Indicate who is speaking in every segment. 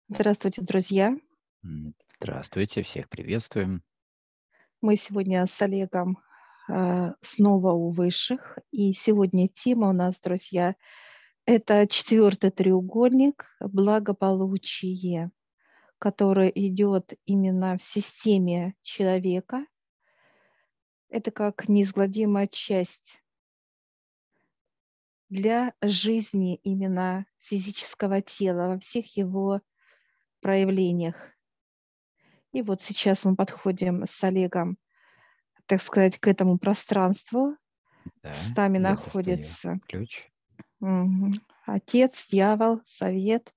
Speaker 1: Здравствуйте, друзья!
Speaker 2: Здравствуйте, всех приветствуем.
Speaker 1: Мы сегодня с Олегом снова у высших. И сегодня тема у нас, друзья, это четвертый треугольник благополучие, который идет именно в системе человека. Это как неизгладимая часть для жизни именно физического тела во всех его проявлениях. И вот сейчас мы подходим с Олегом, так сказать, к этому пространству. С
Speaker 2: Да,
Speaker 1: нами
Speaker 2: я достаю
Speaker 1: находится
Speaker 2: ключ.
Speaker 1: Отец, дьявол, совет.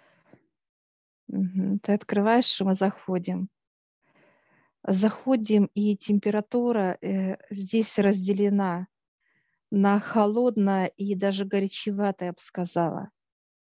Speaker 1: Ты открываешь, и мы заходим. Заходим, и температура, здесь разделена на холодное и даже горячеватое, я бы сказала.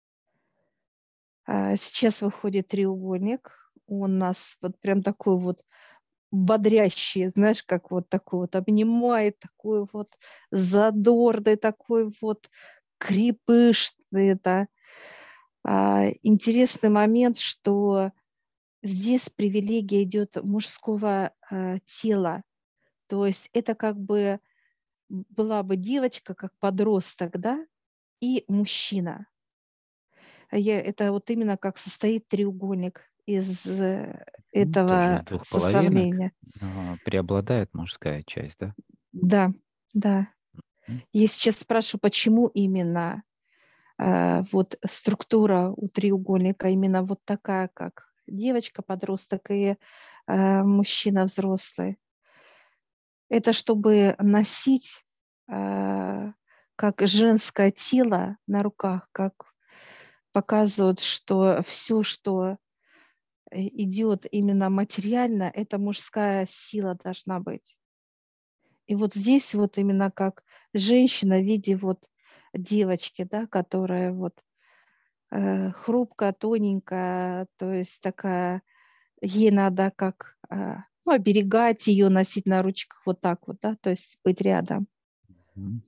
Speaker 1: Сейчас выходит треугольник. Он у нас вот прям такой вот бодрящий, знаешь, как вот такой вот обнимает, такой вот задорный, такой вот крепышный, да. Интересный момент, что здесь привилегия идет мужского, тела. То есть это как бы была бы девочка, как подросток, да, и мужчина. Это вот именно как состоит треугольник из,
Speaker 2: Тоже
Speaker 1: этого
Speaker 2: из двух половинок,
Speaker 1: составления.
Speaker 2: но преобладает мужская часть, да?
Speaker 1: Да, да.
Speaker 2: М,
Speaker 1: Я сейчас спрашиваю, почему именно, вот структура у треугольника именно вот такая, как девочка-подросток и, мужчина взрослый. Это чтобы носить, а, как женское тело на руках, как показывают, что все, что, идёт именно материально, это мужская сила должна быть. И вот здесь вот именно как женщина в виде вот девочки, да, которая вот, хрупкая, тоненькая, то есть такая, ей надо как, ну, оберегать ее, носить на ручках, вот так вот, да, то есть быть рядом.
Speaker 2: м.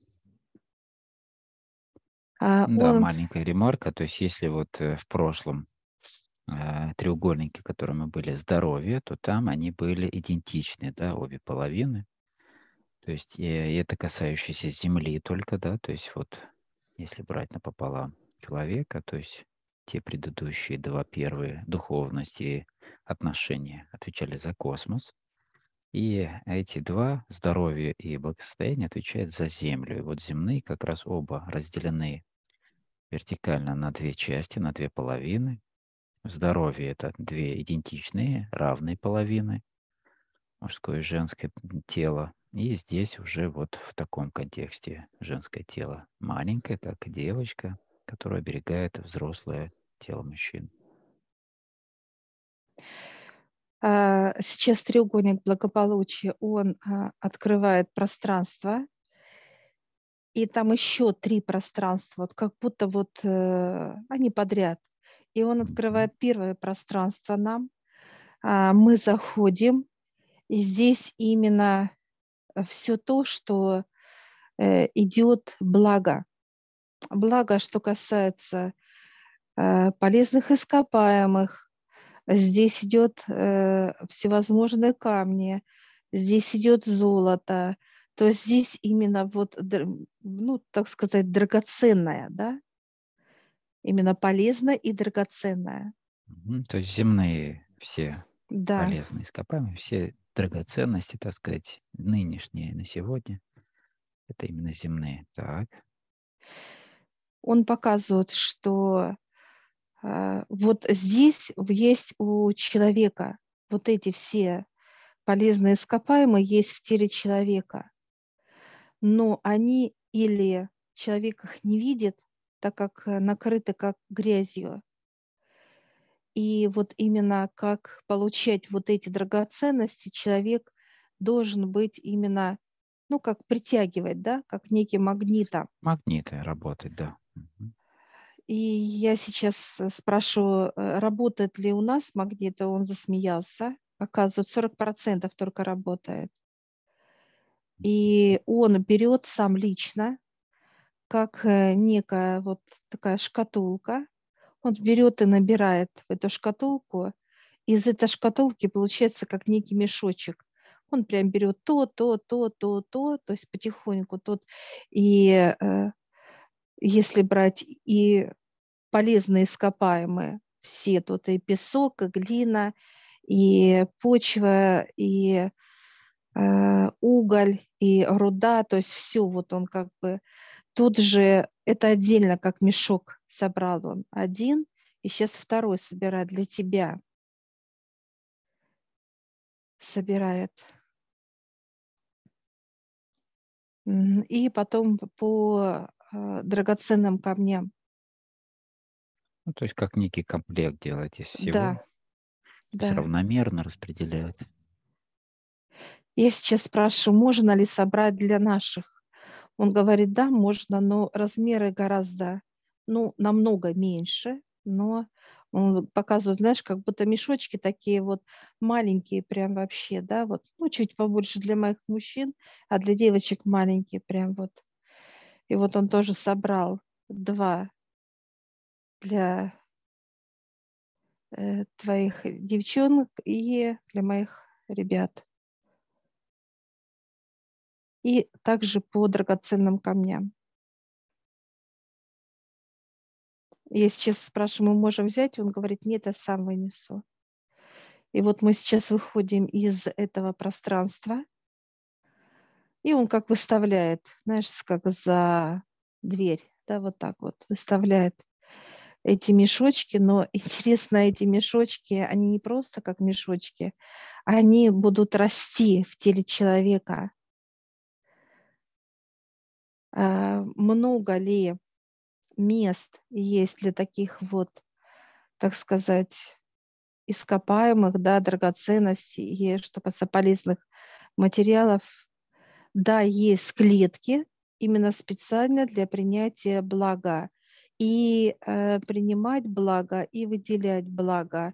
Speaker 2: Да,
Speaker 1: Он
Speaker 2: маленькая ремарка. То есть если вот в прошлом треугольнике, в котором мы были, здоровье, то там они были идентичны, да, обе половины. То есть и это касающееся Земли только, да, то есть вот если брать напополам человека, то есть те предыдущие два первые, духовность и отношения, отвечали за космос, и эти два, здоровье и благосостояние, отвечают за Землю. И вот земные как раз оба разделены вертикально на две части, на две половины. Здоровье — это две идентичные, равные половины, мужское и женское тело. И здесь уже вот в таком контексте женское тело маленькое, как девочка, которая оберегает взрослое тело мужчин.
Speaker 1: сейчас треугольник благополучия, он, открывает пространство, и там еще 3 пространства, вот как будто вот, они подряд. И он
Speaker 2: Мгм.
Speaker 1: открывает первое пространство нам, мы заходим, и здесь именно, все то, что, идет благо. Благо, что касается, полезных ископаемых. Здесь идет, всевозможные камни, здесь идет золото. То есть здесь именно вот ну, так сказать, драгоценное, да, именно полезное и драгоценное.
Speaker 2: То есть земные все
Speaker 1: Да,
Speaker 2: полезные ископаемые, все драгоценности, так сказать, нынешние на сегодня, это именно земные. Так.
Speaker 1: он показывает, что, вот здесь есть у человека вот эти все полезные ископаемые есть в теле человека. Но они или человек их не видит, так как, накрыты как грязью. И вот именно как получать вот эти драгоценности, человек должен быть именно, ну, как притягивать, да, как неким магнитом.
Speaker 2: Магниты работать, да.
Speaker 1: И я сейчас, спрашиваю, работает ли у нас магнит, а он засмеялся. Оказывается, 40% только работает. И он берет сам лично, как, некая вот такая шкатулка. Он берет и набирает в эту шкатулку. Из этой шкатулки получается как некий мешочек. Он прям берет то есть потихоньку тот. И если брать и полезные ископаемые, все тут и песок, и глина, и почва, и уголь, и руда, то есть все вот он как бы тут же, это отдельно как мешок собрал он один, и сейчас второй собирает для тебя, собирает. И потом по драгоценным камням.
Speaker 2: Ну, то есть как некий комплект делать из всего.
Speaker 1: Да,
Speaker 2: То есть
Speaker 1: да.
Speaker 2: равномерно распределяет.
Speaker 1: Я сейчас спрашиваю, можно ли собрать для наших. Он говорит, да, можно, но размеры гораздо, ну, намного меньше, но он показывает, знаешь, как будто мешочки такие вот маленькие прям вообще, да, вот, ну, чуть побольше для моих мужчин, а для девочек маленькие прям вот. И вот он тоже собрал 2 для твоих девчонок и для моих ребят. И также по драгоценным камням. Я сейчас спрашиваю, мы можем взять? Он говорит, нет, я сам вынесу. И вот мы сейчас выходим из этого пространства, и он как выставляет, знаешь, как за дверь, да, вот так вот выставляет эти мешочки, но интересно, эти мешочки, они не просто как мешочки, они будут расти в теле человека. Много ли мест есть для таких вот, так сказать, ископаемых, да, драгоценностей и что касается полезных материалов. Да, есть клетки именно специально для принятия блага. И принимать благо, и выделять благо.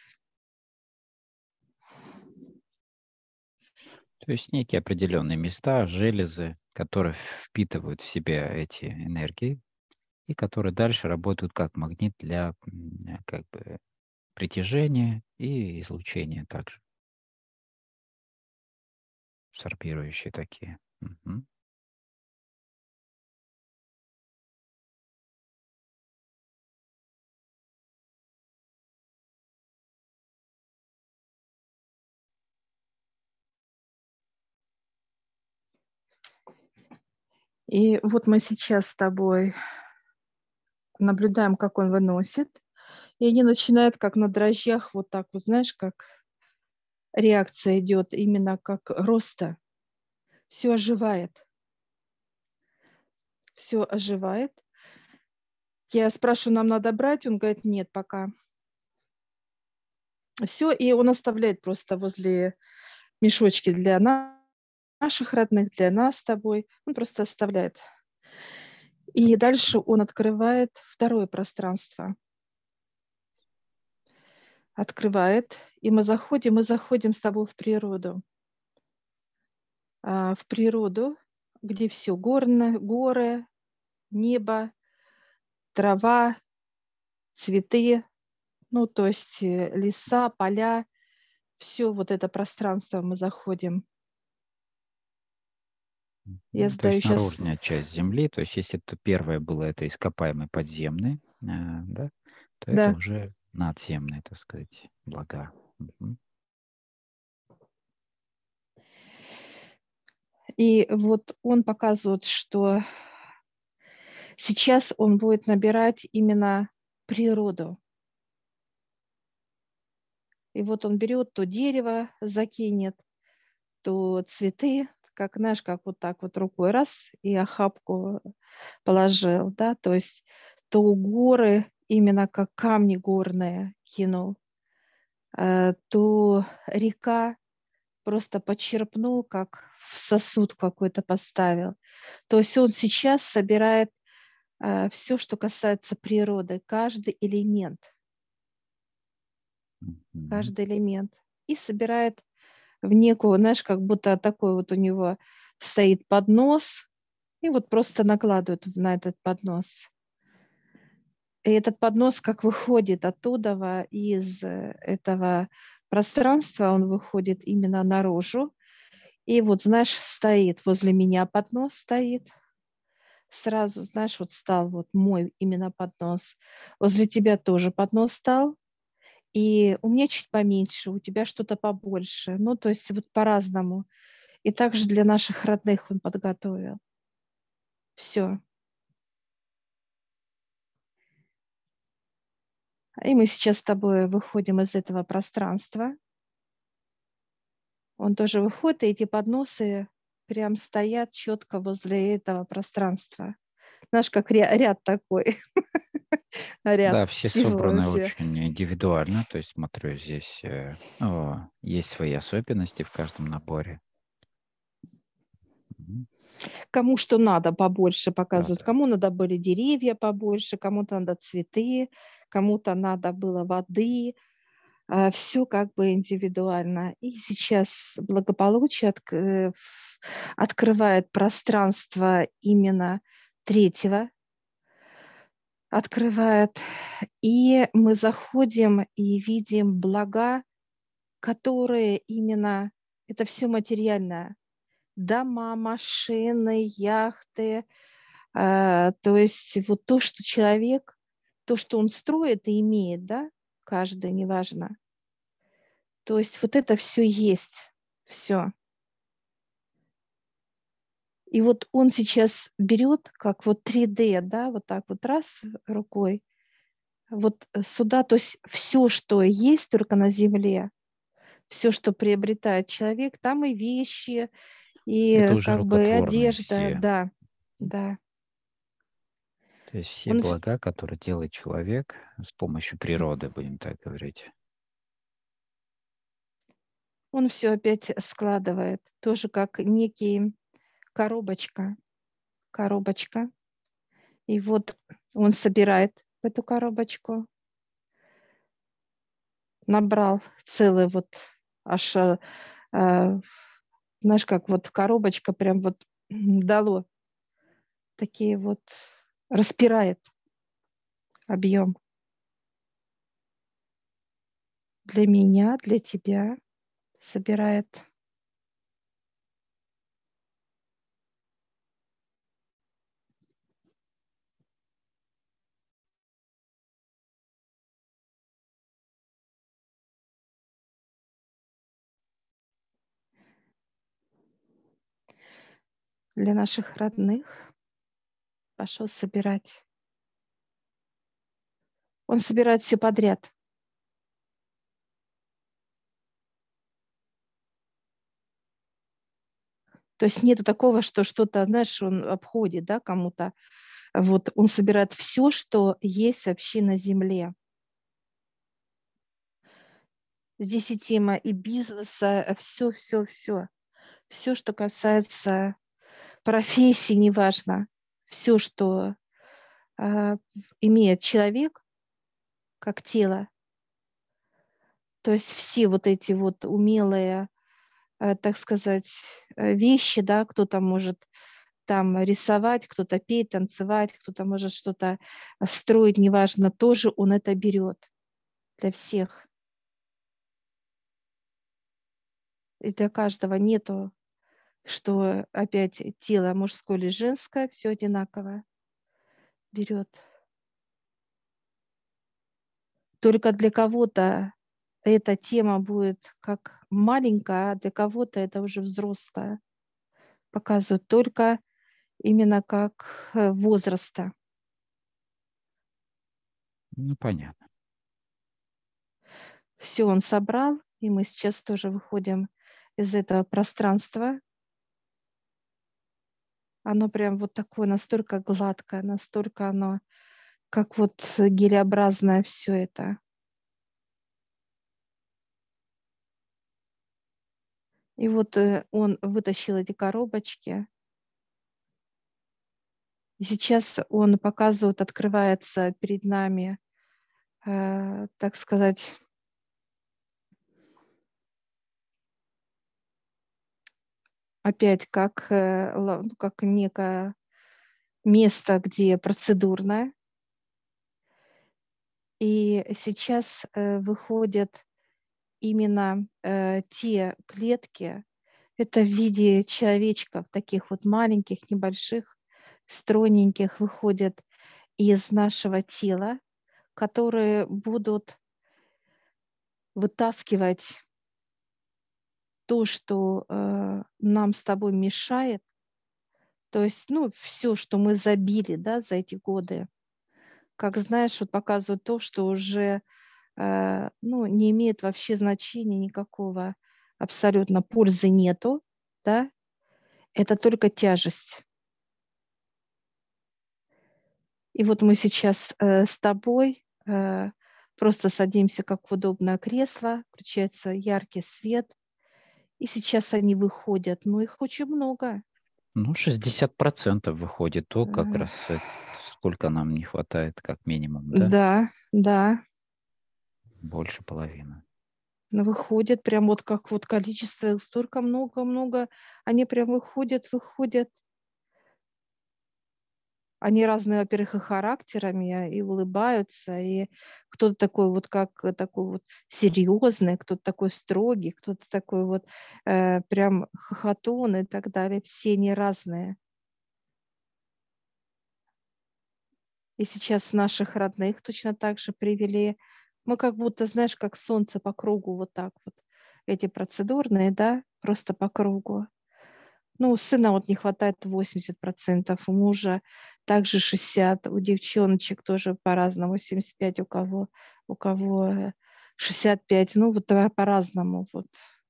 Speaker 2: То есть некие определенные места, железы, которые впитывают в себя эти энергии и которые дальше работают как магнит для как бы притяжения и излучения также, сорбирующие такие. Мгм.
Speaker 1: И вот мы сейчас с тобой наблюдаем, как он выносит. И они начинают как на дрожжах, вот так вот, знаешь, как реакция идет, именно как роста. Все оживает. Все оживает. Я спрашиваю, нам надо брать? Он говорит, нет, пока. Все, и он оставляет просто возле мешочки для наших родных, для нас с тобой. Он просто оставляет. И
Speaker 2: Хорошо.
Speaker 1: дальше он открывает второе пространство. Открывает, и мы заходим с тобой в природу. В природу, где все горы, небо, трава, цветы, ну, то есть леса, поля, все вот это пространство мы заходим. Я
Speaker 2: То
Speaker 1: задаю
Speaker 2: есть
Speaker 1: сейчас,
Speaker 2: наружная часть Земли, то есть если то первое было это ископаемый подземный, да, то это
Speaker 1: да,
Speaker 2: уже надземные, так сказать, блага. Мгм.
Speaker 1: и вот он показывает, что сейчас он будет набирать именно природу. И вот он берет то дерево, закинет, то цветы, как, знаешь, как вот так вот рукой раз и охапку положил, да, то есть то горы именно как камни горные кинул, то река просто почерпнул, как в сосуд какой-то поставил. То есть он сейчас собирает все, что касается природы,
Speaker 2: Мгм.
Speaker 1: каждый элемент, и собирает в некую, знаешь, как будто такой вот у него стоит поднос, и вот просто накладывают на этот поднос. И этот поднос как выходит оттуда, из этого пространства, он выходит именно наружу. И вот, знаешь, стоит возле меня поднос стоит. Сразу, знаешь, вот стал вот мой именно поднос. Возле тебя тоже поднос стал. И у меня чуть поменьше, у тебя что-то побольше. Ну, то есть вот по-разному. И также для наших родных он подготовил. Все. И мы сейчас с тобой выходим из этого пространства. Он тоже выходит, и эти подносы прям стоят четко возле этого пространства. Знаешь, как ряд такой, ряд
Speaker 2: Да, все
Speaker 1: всего,
Speaker 2: собраны
Speaker 1: все.
Speaker 2: очень индивидуально. То есть, смотрю, здесь есть свои особенности в каждом наборе. Мгм.
Speaker 1: Кому что надо побольше
Speaker 2: Да,
Speaker 1: показывают.
Speaker 2: да.
Speaker 1: Кому надо были деревья побольше, кому-то надо цветы, кому-то надо было воды. Все как бы индивидуально. И сейчас благополучие открывает пространство именно третьего, открывает. И мы заходим и видим блага, которые именно, это все материальное. Дома, машины, яхты. То есть вот то, что человек, то, что он строит и имеет, да, каждый, неважно. То есть вот это все есть, все. И вот он сейчас берет, как вот 3D, да, вот так вот раз рукой, вот сюда, то есть все, что есть только на земле, все, что приобретает человек, там и вещи,
Speaker 2: Это
Speaker 1: и
Speaker 2: уже
Speaker 1: как бы и
Speaker 2: рукотворные
Speaker 1: одежда,
Speaker 2: все.
Speaker 1: да, да.
Speaker 2: То есть все
Speaker 1: Он,
Speaker 2: блага, которые делает человек с помощью природы, будем так говорить.
Speaker 1: он все опять складывает, тоже как некий коробочка, коробочка. И вот он собирает эту коробочку, набрал целый вот аж, знаешь, как вот коробочка прям вот дало такие вот, распирает объем для меня, для тебя, собирает. Для наших родных пошел собирать. Он собирает все подряд. То есть нету такого, что что-то, знаешь, он обходит, да, кому-то. Вот он собирает все, что есть вообще на земле. Здесь и тема и бизнеса, все, все, все. Все, что касается профессии, неважно. Все, что а, имеет человек как тело. То есть все вот эти вот умелые, так сказать, вещи, да, кто-то может там рисовать, кто-то петь, танцевать, кто-то может что-то строить, неважно, тоже он это берет для всех. И для каждого нету, что опять тело мужское или женское, все одинаково берет. Только для кого-то эта тема будет как маленькая, а для кого-то это уже взрослая. Показывают только именно как возраста.
Speaker 2: Ну, понятно.
Speaker 1: Все он собрал, и мы сейчас тоже выходим из этого пространства. Оно прям вот такое, настолько гладкое, настолько оно, как вот гелеобразное все это. И вот он вытащил эти коробочки. И сейчас он показывает, открывается перед нами, так сказать, опять как, ну, как некое место, где процедурное. И сейчас выходят именно те клетки, это в виде человечков, таких вот маленьких, небольших, стройненьких, выходят из нашего тела, которые будут вытаскивать то, что нам с тобой мешает, то есть, ну, все, что мы забили, да, за эти годы. Как знаешь, вот показывают то, что уже, ну, не имеет вообще значения никакого, абсолютно пользы нету, да, это только тяжесть. И вот мы сейчас, с тобой, просто садимся как в удобное кресло, включается яркий свет, и сейчас они выходят, но их очень много.
Speaker 2: Ну, 60% выходит то, как
Speaker 1: Э,
Speaker 2: раз сколько нам не хватает, как минимум, да?
Speaker 1: да, да,
Speaker 2: Больше половины.
Speaker 1: но выходят прям вот как вот количество их столько много-много, они прям выходят, выходят. Они разные, во-первых, и характерами, и улыбаются, и кто-то такой вот, как такой вот серьезный, кто-то такой строгий, кто-то такой вот прям хохотун и так далее. Все они разные. И сейчас наших родных точно так же привели. Мы как будто, знаешь, как солнце по кругу вот так вот. Эти процедурные, да, просто по кругу. Ну, у сына вот не хватает 80%, у мужа также 60, у девчоночек тоже по-разному, 75 у кого 65, ну, вот по-разному. Вот.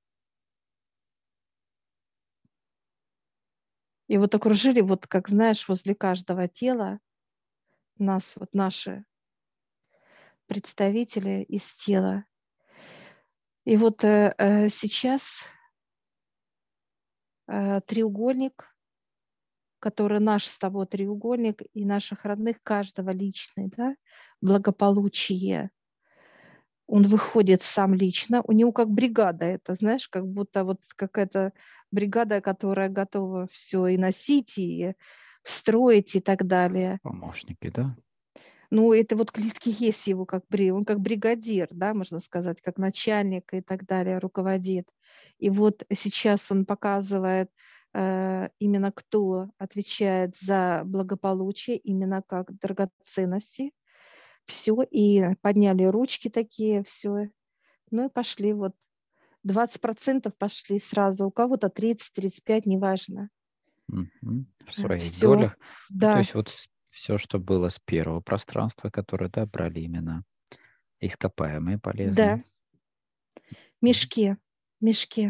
Speaker 1: И вот окружили, вот как знаешь, возле каждого тела нас, вот наши представители из тела. И вот сейчас треугольник, который наш с тобой треугольник и наших родных, каждого личный, да, благополучие. Он выходит сам лично, у него как бригада это, знаешь, как будто вот какая-то бригада, которая готова все и носить, и строить, и так далее.
Speaker 2: Помощники, да?
Speaker 1: Ну, это вот клетки есть его как он как бригадир, да, можно сказать, как начальник и так далее, руководит. И вот сейчас он показывает именно кто отвечает за благополучие, именно как драгоценности. Все, и подняли ручки такие, все. Ну и пошли вот 20% пошли сразу, у кого-то 30-35, неважно.
Speaker 2: Мгм. В своих
Speaker 1: Все,
Speaker 2: долях. Ну, то
Speaker 1: да,
Speaker 2: есть вот все, что было с первого пространства, которое, да, брали именно ископаемые
Speaker 1: да,
Speaker 2: полезные. Мгм.
Speaker 1: мешки, мешки.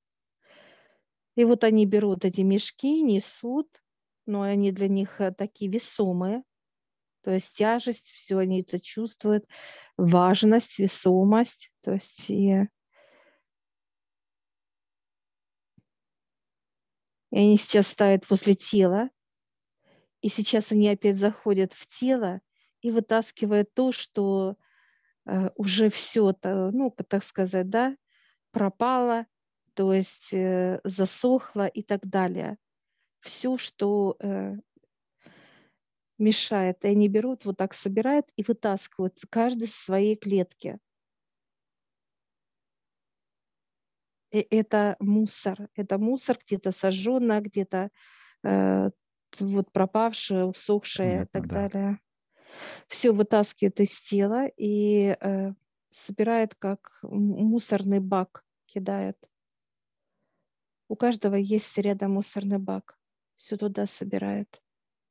Speaker 1: И вот они берут эти мешки, несут, но они для них такие весомые, то есть тяжесть, все они это чувствуют, важность, весомость, то есть и они сейчас ставят возле тела, и сейчас они опять заходят в тело и вытаскивают то, что уже все, ну, так сказать, да, пропало, то есть засохло и так далее. Все, что мешает, и они берут, вот так собирают и вытаскивают каждый из своей клетки. И это мусор где-то сожженное, где-то э, вот пропавшее, усохшее и
Speaker 2: Понятно,
Speaker 1: так
Speaker 2: да.
Speaker 1: далее. Все вытаскивают из тела и собирает как мусорный бак, кидает. У каждого есть рядом мусорный бак. Все туда собирает.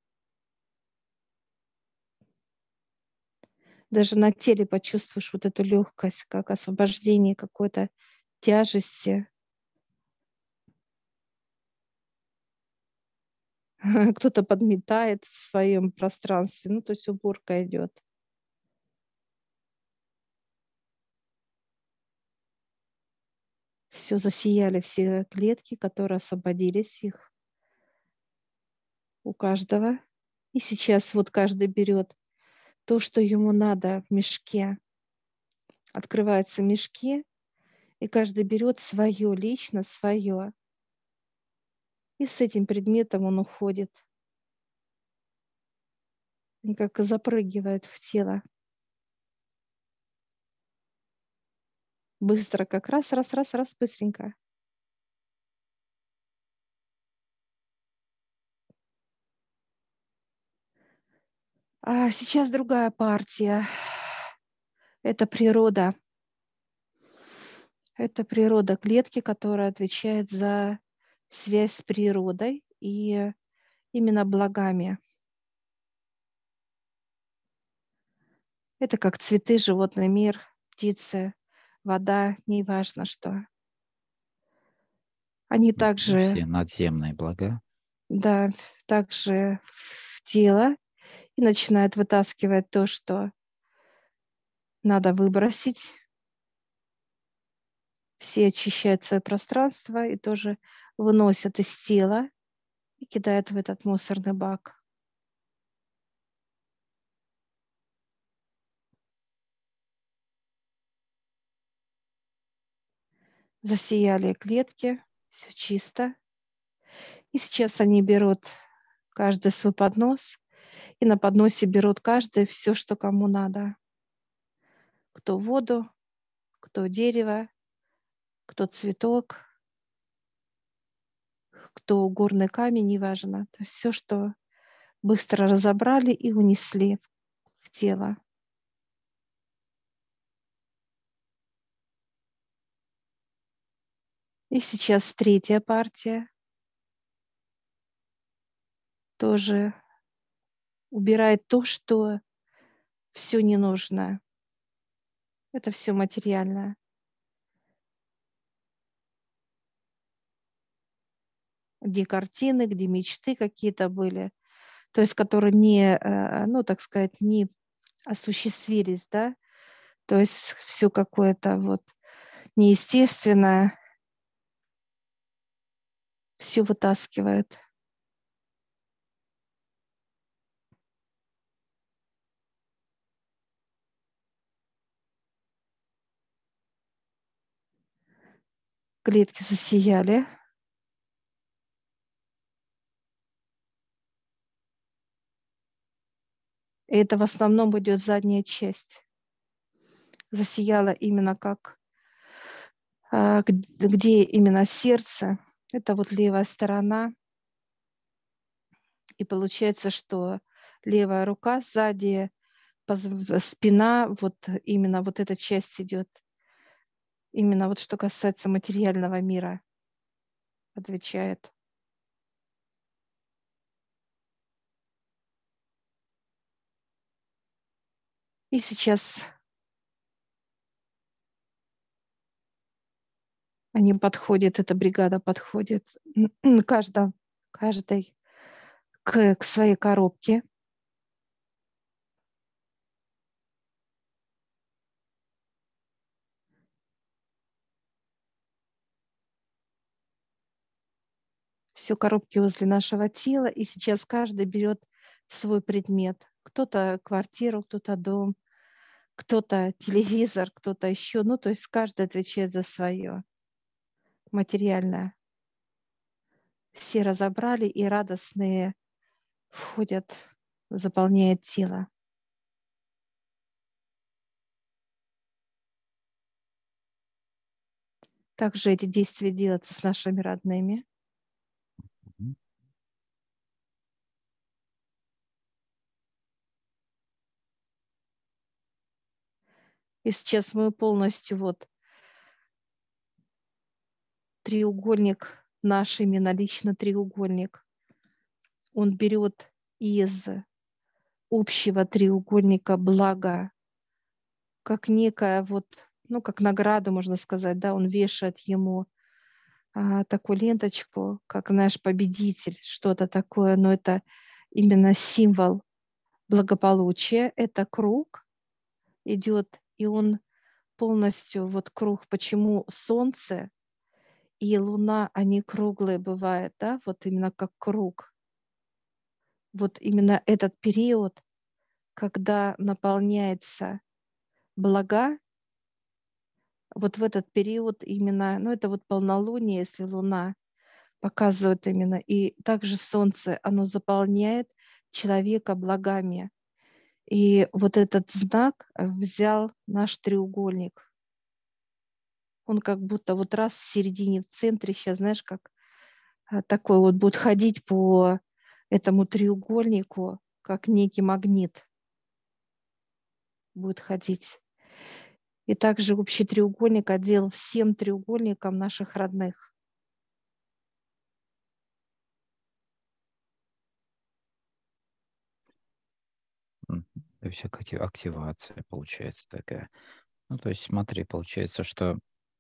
Speaker 1: Даже на теле почувствуешь вот эту легкость, как освобождение какой-то тяжести. Кто-то подметает в своем пространстве, ну, то есть уборка идет. Все засияли, все клетки, которые освободились их у каждого. И сейчас вот каждый берет то, что ему надо в мешке. Открываются мешки, и каждый берет свое, лично свое. И с этим предметом он уходит. И как запрыгивает в тело. Быстро, как раз, раз, раз, раз, быстренько. А сейчас другая партия. Это природа. Это природа клетки, которая отвечает за связь с природой и именно благами. Это как цветы, животный мир, птицы, вода, неважно что. Они также,
Speaker 2: Все надземные блага.
Speaker 1: да, также в тело и начинают вытаскивать то, что надо выбросить. Все очищают свое пространство и тоже выносят из тела и кидают в этот мусорный бак. Засияли клетки, все чисто. И сейчас они берут каждый свой поднос, и на подносе берут каждый все, что кому надо. Кто воду, кто дерево, кто цветок, кто горный камень, неважно. То есть все, что быстро разобрали и унесли в тело. И сейчас третья партия. Тоже убирает то, что все ненужное. Это все материальное. Где картины, где мечты какие-то были, то есть которые не, ну, так сказать, не осуществились, да, то есть все какое-то вот неестественное, все вытаскивает. Клетки засияли. И это в основном идет задняя часть. Засияла именно как, где именно сердце. Это вот левая сторона. И получается, что левая рука сзади, спина, вот именно вот эта часть идет. Именно вот что касается материального мира, отвечает. И сейчас они подходят, эта бригада подходит, каждый к своей коробке. Все коробки возле нашего тела, и сейчас каждый берет свой предмет. Кто-то квартиру, кто-то дом, кто-то телевизор, кто-то еще. Ну, то есть каждый отвечает за свое материальное. Все разобрали и радостные входят, заполняет тело. Также эти действия делаются с нашими родными.
Speaker 2: Мгм.
Speaker 1: И сейчас мы полностью вот треугольник, наш именно лично треугольник, он берет из общего треугольника блага, как некая вот, ну, как награда, можно сказать, да, он вешает ему такую ленточку, как наш победитель, что-то такое, но это именно символ благополучия, это круг идет, и он полностью вот круг, почему Солнце и Луна, они круглые бывают, да, вот именно как круг. Вот именно этот период, когда наполняется блага, вот в этот период именно, ну это вот полнолуние, если Луна показывает именно, и также Солнце, оно заполняет человека благами. И вот этот знак взял наш треугольник. Он как будто вот раз в середине, в центре сейчас, знаешь, как такой вот будет ходить по этому треугольнику, как некий магнит будет ходить. И также общий треугольник отдел всем треугольникам наших родных.
Speaker 2: То есть активация получается такая. Ну, то есть смотри, получается, что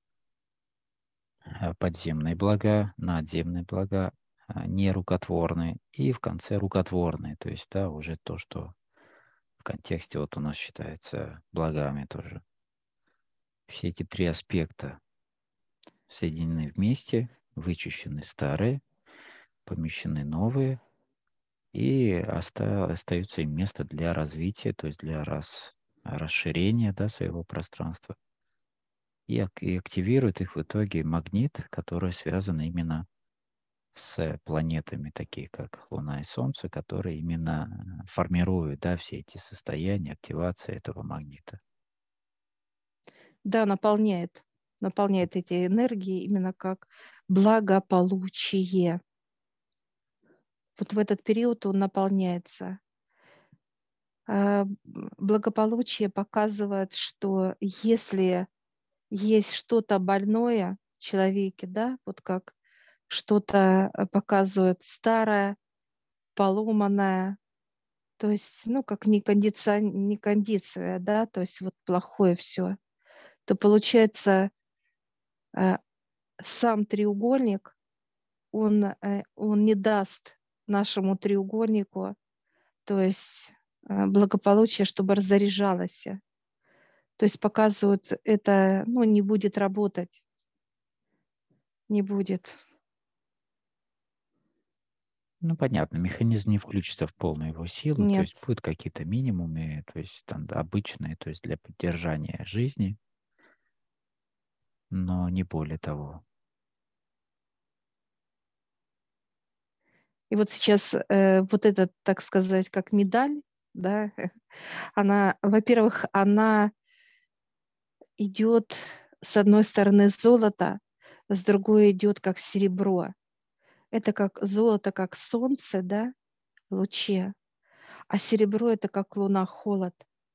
Speaker 2: подземные блага, надземные блага, нерукотворные и в конце рукотворные. То есть, да, уже то, что в контексте вот у нас считается благами тоже. Все эти три аспекта соединены вместе, вычищены старые, помещены новые, и остается им место для развития, то есть для расширения, да, своего пространства. И активирует их в итоге магнит, который связан именно с планетами, такие как Луна и Солнце, которые именно формируют, да, все эти состояния активации этого магнита.
Speaker 1: Да, наполняет эти энергии именно как благополучие. Вот в этот период он наполняется. Благополучие показывает, что если есть что-то больное в человеке, да, вот как что-то показывает старое, поломанное, то есть, ну, как не кондиция, да, то есть вот плохое все, то получается э, сам треугольник, он не даст нашему треугольнику, то есть благополучие, чтобы раззаряжалось. То есть показывают, это, ну, не будет работать, не будет.
Speaker 2: Ну, понятно, механизм не включится в полную его силу, то есть
Speaker 1: Нет.
Speaker 2: будут какие-то минимумы, то есть там обычные, то есть для поддержания жизни, но не более того.
Speaker 1: И вот сейчас вот эта, так сказать, как медаль, да, она, во-первых, она идет с одной стороны золото, с другой идет как серебро. Это как золото, как солнце, да, в луче, а серебро это как луна, холод.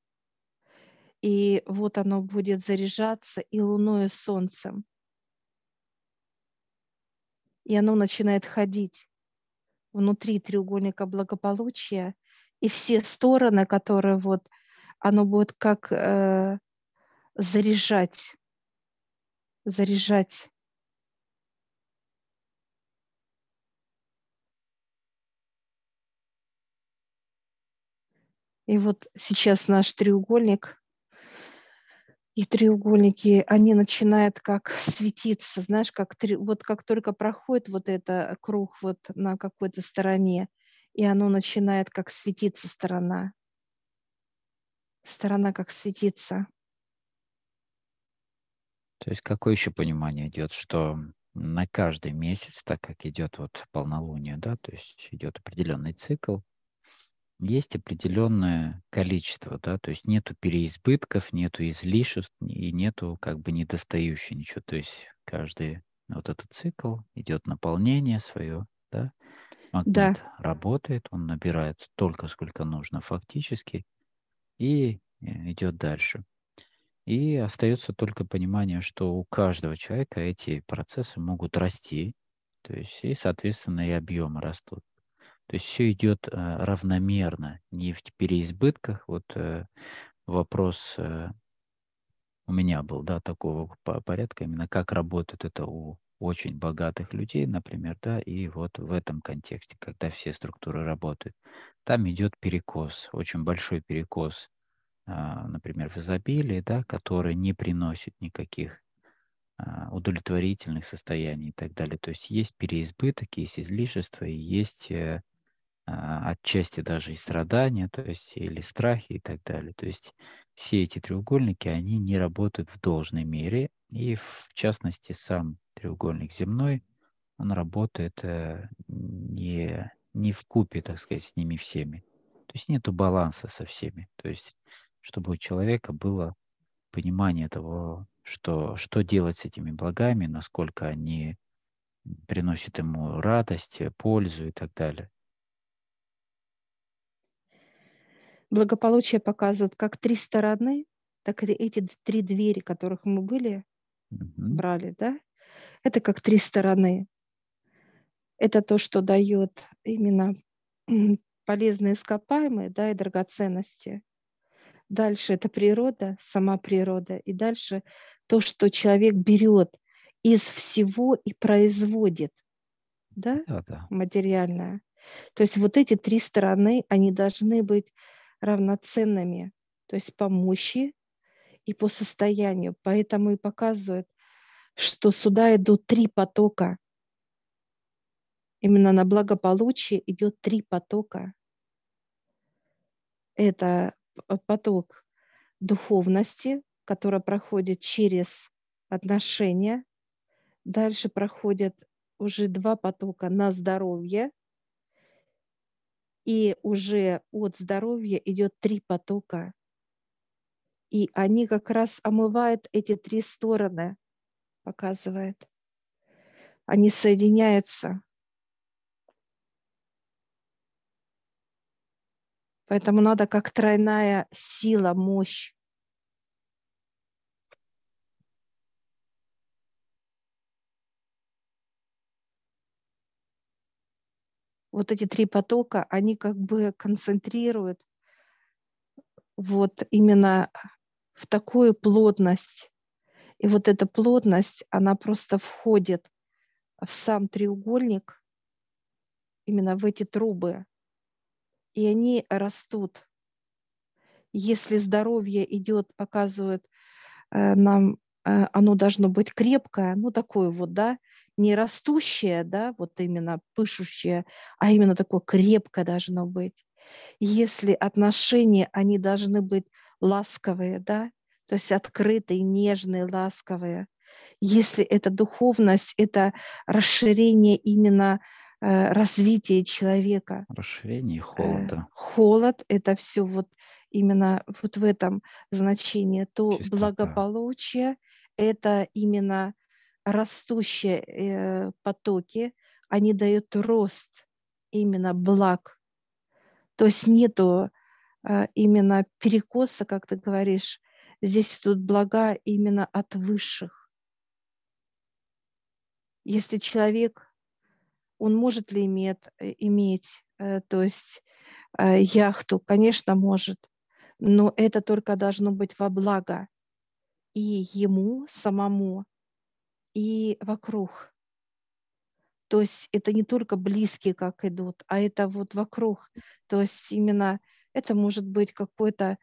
Speaker 1: И вот оно будет заряжаться и луной, и солнцем. И оно начинает ходить внутри треугольника благополучия, и все стороны, которые вот, оно будет как заряжать, заряжать. И вот сейчас наш треугольник и треугольники, они начинают как светиться, знаешь, как вот как только проходит вот это круг вот на какой-то стороне, и оно начинает как светиться сторона как светиться.
Speaker 2: То есть какое еще понимание идет, что на каждый месяц, так как идет вот полнолуние, да, то есть идет определенный цикл, есть определенное количество, да, то есть нету переизбытков, нету излишеств и нету как бы недостающего ничего. То есть каждый вот этот цикл идет наполнение свое, да,
Speaker 1: Да,
Speaker 2: магнит работает, он набирает столько, сколько нужно фактически, и идет дальше. И остается только понимание, что у каждого человека эти процессы могут расти, то есть и, соответственно, и объемы растут. То есть все идет равномерно, не в переизбытках. Вот вопрос у меня был, да, такого порядка, именно как работает это у очень богатых людей, например, да, и вот в этом контексте, когда все структуры работают, там идет перекос, очень большой перекос, например, в изобилии, да, который не приносит никаких удовлетворительных состояний и так далее. То есть есть переизбыток, есть излишество, и есть отчасти даже и страдания, то есть или страхи и так далее. То есть все эти треугольники, они не работают в должной мере, и в частности сам треугольник земной, он работает не вкупе, так сказать, с ними всеми. То есть нету баланса со всеми. То есть чтобы у человека было понимание того, что делать с этими благами, насколько они приносят ему радость, пользу и так далее.
Speaker 1: Благополучие показывает как три стороны, так и эти три двери, которых мы
Speaker 2: Мгм.
Speaker 1: брали, да? Это как три стороны. Это то, что дает именно полезные ископаемые, да, и драгоценности. Дальше это природа, сама природа. И дальше то, что человек берет из всего и производит, да,
Speaker 2: Да, да.
Speaker 1: материальное. То есть вот эти три стороны, они должны быть равноценными, то есть по мощи и по состоянию. Поэтому и показывают, что сюда идут три потока. Именно на благополучие идет три потока. Это поток духовности, который проходит через отношения. Дальше проходят уже два потока на здоровье. И уже от здоровья идет три потока. И они как раз омывают эти три стороны, показывает. Они соединяются. Поэтому надо как тройная сила, мощь. Вот эти три потока, они как бы концентрируют вот именно в такую плотность. И вот эта плотность, она просто входит в сам треугольник, именно в эти трубы, и они растут. Если здоровье идет, показывает нам, оно должно быть крепкое, ну такое вот, да, не растущее, да, вот именно пышущее, а именно такое крепкое должно быть. Если отношения, они должны быть ласковые, да, то есть открытые, нежные, ласковые. Если это духовность, это расширение именно развития человека.
Speaker 2: Расширение и холод, да.
Speaker 1: Холод — это все вот именно вот в этом значении, то
Speaker 2: Чистота.
Speaker 1: благополучие — это именно растущие потоки, они дают рост именно благ. То есть нету именно перекоса, как ты говоришь, здесь тут блага именно от высших. Если человек, он может ли иметь, то есть яхту, конечно, может, но это только должно быть во благо и ему самому, и вокруг. То есть это не только близкие, как идут, а это вот вокруг. То есть именно это может быть какой-то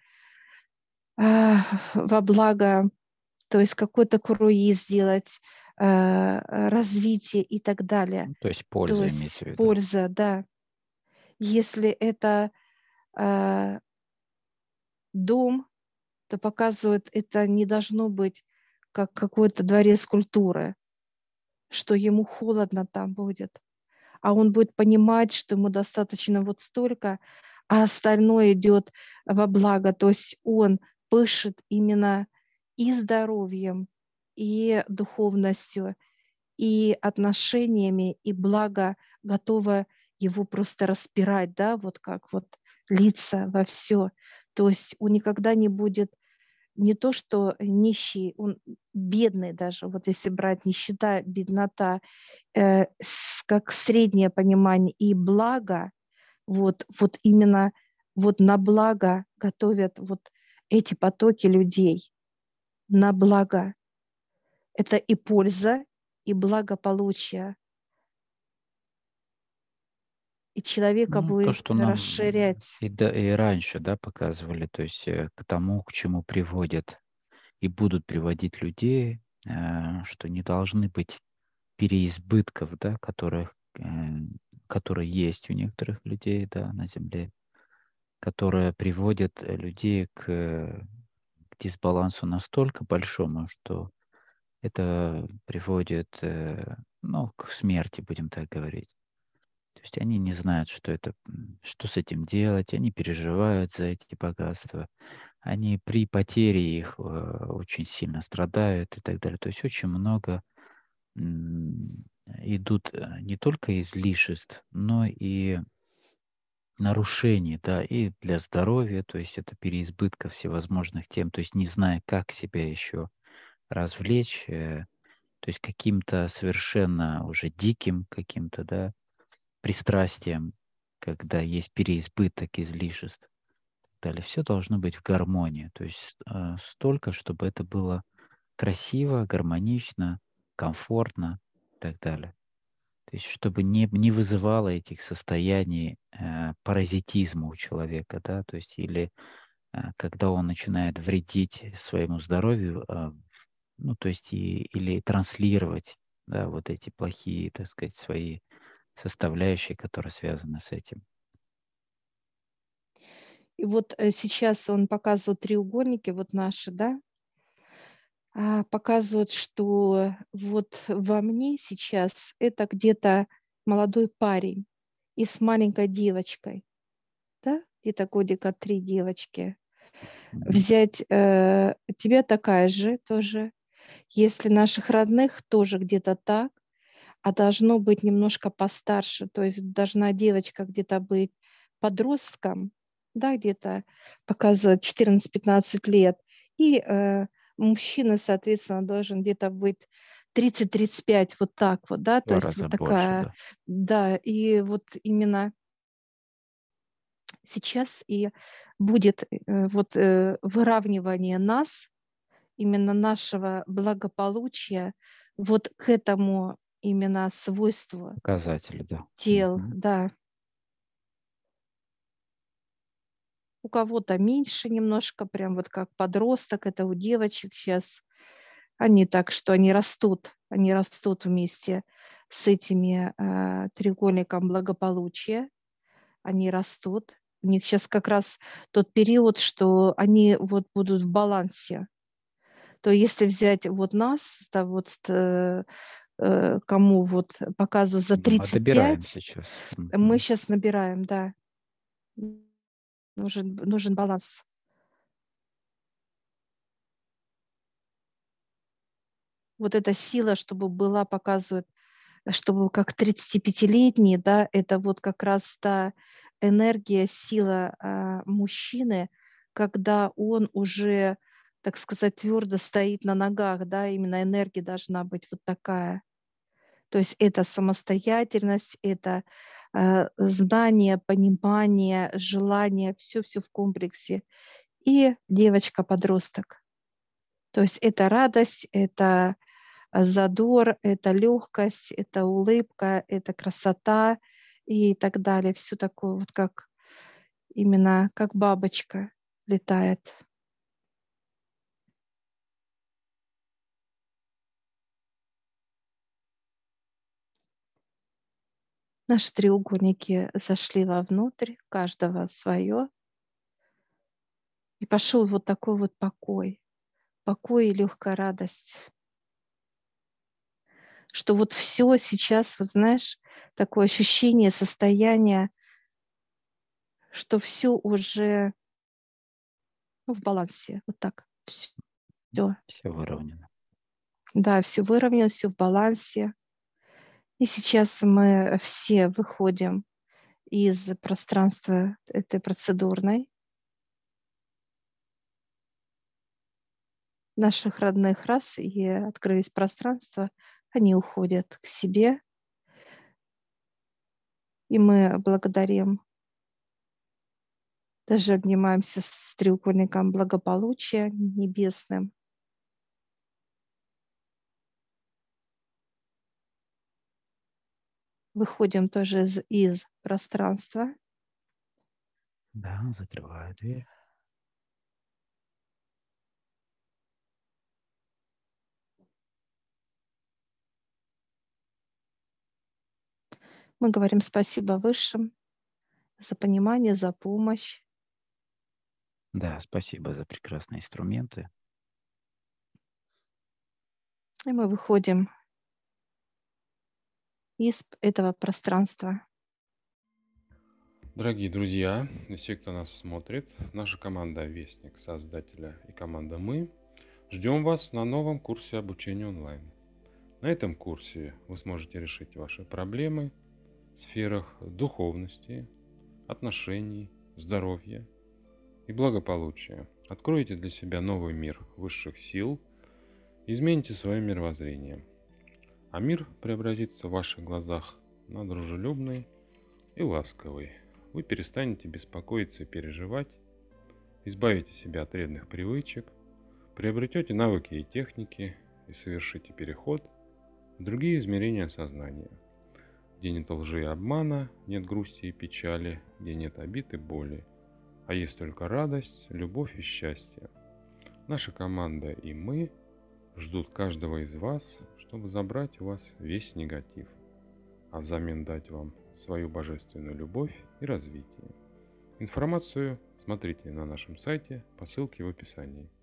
Speaker 1: во благо, то есть какой-то круиз сделать, развитие и так далее.
Speaker 2: Ну, то есть
Speaker 1: То
Speaker 2: польза
Speaker 1: есть
Speaker 2: имеется в виду.
Speaker 1: польза, да. Если это э, дом, то показывает, это не должно быть как какой-то дворец культуры, что ему холодно там будет, а он будет понимать, что ему достаточно вот столько, а остальное идет во благо. То есть он пышет именно и здоровьем, и духовностью, и отношениями, и благо готово его просто распирать, да, вот как вот лица во все. То есть он никогда не будет не то, что нищий, он бедный даже, вот если брать нищета, беднота, как среднее понимание и благо, вот именно вот на благо готовят вот эти потоки людей, на благо. Это и польза, и благополучие. И человека
Speaker 2: Ну, то,
Speaker 1: будет
Speaker 2: что нам
Speaker 1: расширять.
Speaker 2: и раньше, да, показывали, то есть к тому, к чему приводят и будут приводить людей, что не должны быть переизбытков, да, которые есть у некоторых людей, да, на Земле, которые приводят людей к дисбалансу настолько большому, что это приводит, ну, к смерти, будем так говорить. То есть они не знают, что с этим делать, они переживают за эти богатства, они при потере их очень сильно страдают и так далее. То есть очень много идут не только излишеств, но и нарушений, да, и для здоровья, то есть это переизбытка всевозможных тем, то есть не зная, как себя еще развлечь, то есть каким-то совершенно уже диким каким-то, да, пристрастием, когда есть переизбыток излишеств и так далее. Все должно быть в гармонии, то есть столько, чтобы это было красиво, гармонично, комфортно и так далее. То есть чтобы не вызывало этих состояний паразитизма у человека, да, то есть или когда он начинает вредить своему здоровью, ну, то есть или транслировать, да, вот эти плохие, так сказать, свои составляющие, которые связаны с этим.
Speaker 1: И вот сейчас он показывает треугольники, вот наши, да, показывают, что вот во мне сейчас это где-то молодой парень и с маленькой девочкой, да, где-то годика 3 девочки.
Speaker 2: Мгм.
Speaker 1: Взять тебя такая же тоже, если наших родных тоже где-то так, а должно быть немножко постарше, то есть должна девочка где-то быть подростком, да, где-то показывает 14-15 лет, и мужчина, соответственно, должен где-то быть 30-35, вот так вот, да,
Speaker 2: В
Speaker 1: то
Speaker 2: 2
Speaker 1: есть вот
Speaker 2: раза больше,
Speaker 1: такая,
Speaker 2: да.
Speaker 1: да, и вот именно сейчас и будет вот выравнивание нас, именно нашего благополучия, вот к этому именно свойству
Speaker 2: Показатели, да.
Speaker 1: тел,
Speaker 2: Мгм.
Speaker 1: да. У кого-то меньше немножко, прям вот как подросток, это у девочек сейчас. Они так, что они растут вместе с этими треугольником благополучия, они растут. У них сейчас как раз тот период, что они вот будут в балансе. То если взять вот нас, да, вот кому вот показываю за
Speaker 2: Мы добираем
Speaker 1: 35,
Speaker 2: сейчас.
Speaker 1: мы
Speaker 2: Мгм.
Speaker 1: сейчас набираем, да, нужен баланс. Вот эта сила, чтобы была, показывает, чтобы как 35-летний, да, это вот как раз та энергия, сила мужчины, когда он уже, так сказать, твердо стоит на ногах, да, именно энергия должна быть вот такая. То есть это самостоятельность, это знание, понимание, желание, все-все в комплексе. И девочка-подросток. То есть это радость, это задор, это легкость, это улыбка, это красота и так далее. Все такое вот как именно как бабочка летает. Наши треугольники зашли вовнутрь, каждого свое, и пошел вот такой вот покой и легкая радость, что вот все сейчас, вот знаешь, такое ощущение, состояние, что все уже в балансе, вот так, все.
Speaker 2: Все выровнено.
Speaker 1: Да, все выровнялось, все в балансе. И сейчас мы все выходим из пространства этой процедурной, наших родных раз, и открылись пространства, они уходят к себе, и мы благодарим, даже обнимаемся с треугольником благополучия небесным. Выходим тоже из пространства.
Speaker 2: Да, закрываю дверь.
Speaker 1: Мы говорим спасибо Высшим за понимание, за помощь.
Speaker 2: Да, спасибо за прекрасные инструменты.
Speaker 1: И мы выходим из этого пространства.
Speaker 3: Дорогие друзья, и все, кто нас смотрит, наша команда «Вестник», создателя и команда «Мы» ждем вас на новом курсе обучения онлайн. На этом курсе вы сможете решить ваши проблемы в сферах духовности, отношений, здоровья и благополучия. Откроете для себя новый мир высших сил, измените свое мировоззрение, а мир преобразится в ваших глазах на дружелюбный и ласковый. Вы перестанете беспокоиться и переживать, избавите себя от вредных привычек, приобретете навыки и техники и совершите переход в другие измерения сознания, где нет лжи и обмана, нет грусти и печали, где нет обид и боли, а есть только радость, любовь и счастье. Наша команда и мы ждут каждого из вас, чтобы забрать у вас весь негатив, а взамен дать вам свою божественную любовь и развитие. Информацию смотрите на нашем сайте по ссылке в описании.